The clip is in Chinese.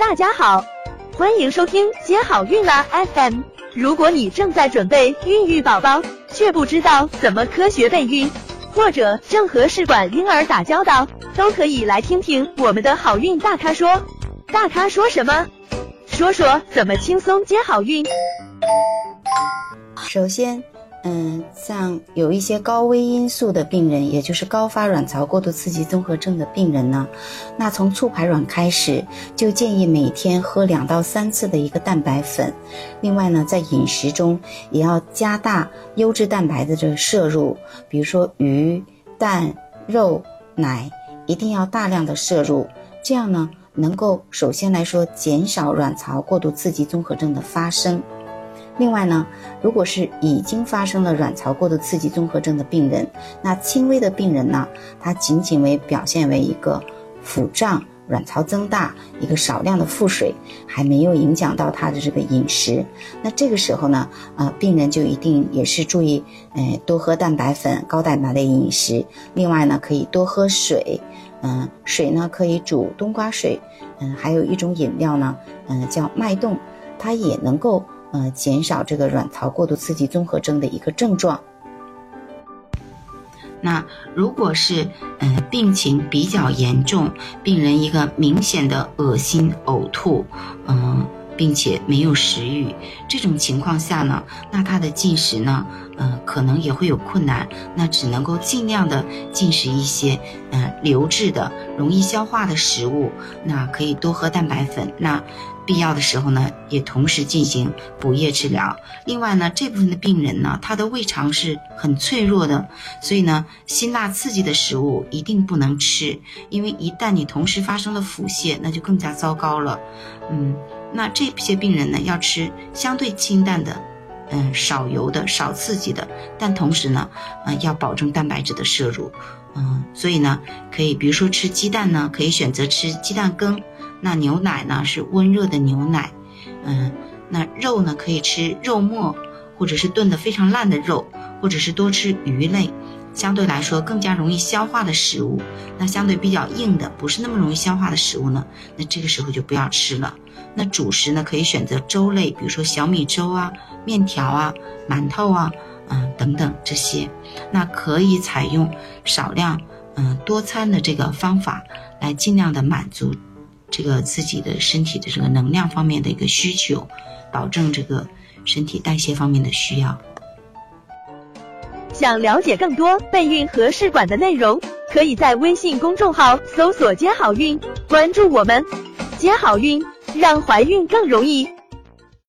大家好，欢迎收听接好运啦 FM。如果你正在准备孕育宝宝，却不知道怎么科学备孕，或者正和试管婴儿打交道，都可以来听听我们的好运大咖说。大咖说什么？说说怎么轻松接好运。 首先像有一些高危因素的病人，也就是高发卵巢过度刺激综合症的病人呢，那从促排卵开始就建议每天喝2到3次的一个蛋白粉。另外呢，在饮食中也要加大优质蛋白的这个摄入，比如说鱼、蛋、肉、奶，一定要大量的摄入，这样呢能够首先来说减少卵巢过度刺激综合症的发生。另外呢，如果是已经发生了卵巢过度刺激综合症的病人，那轻微的病人呢，它仅仅表现为一个腹胀、卵巢增大、一个少量的腹水，还没有影响到他的这个饮食。那这个时候呢，病人就一定也是注意，多喝蛋白粉、高蛋白的饮食。另外呢，可以多喝水，水呢可以煮冬瓜水，还有一种饮料呢，叫脉动，它也能够减少这个卵巢过度刺激综合症的一个症状。那如果是病情比较严重，病人一个明显的恶心呕吐，并且没有食欲，这种情况下呢，那他的进食呢可能也会有困难，那只能够尽量的进食一些流质的容易消化的食物，那可以多喝蛋白粉，那必要的时候呢也同时进行补液治疗。另外呢，这部分的病人呢，他的胃肠是很脆弱的，所以呢辛辣刺激的食物一定不能吃，因为一旦你同时发生了腹泻，那就更加糟糕了。那这些病人呢要吃相对清淡的少油的少刺激的，但同时呢要保证蛋白质的摄入。所以呢可以比如说吃鸡蛋呢，可以选择吃鸡蛋羹，那牛奶呢是温热的牛奶，那肉呢可以吃肉末，或者是炖得非常烂的肉，或者是多吃鱼类，相对来说更加容易消化的食物。那相对比较硬的不是那么容易消化的食物呢，那这个时候就不要吃了。那主食呢可以选择粥类，比如说小米粥啊、面条啊、馒头啊等等这些。那可以采用少量多餐的这个方法，来尽量的满足这个自己的身体的这个能量方面的一个需求，保证这个身体代谢方面的需要。 想了解更多备孕和试管的内容，可以在微信公众号搜索接好运，关注我们。接好运，让怀孕更容易。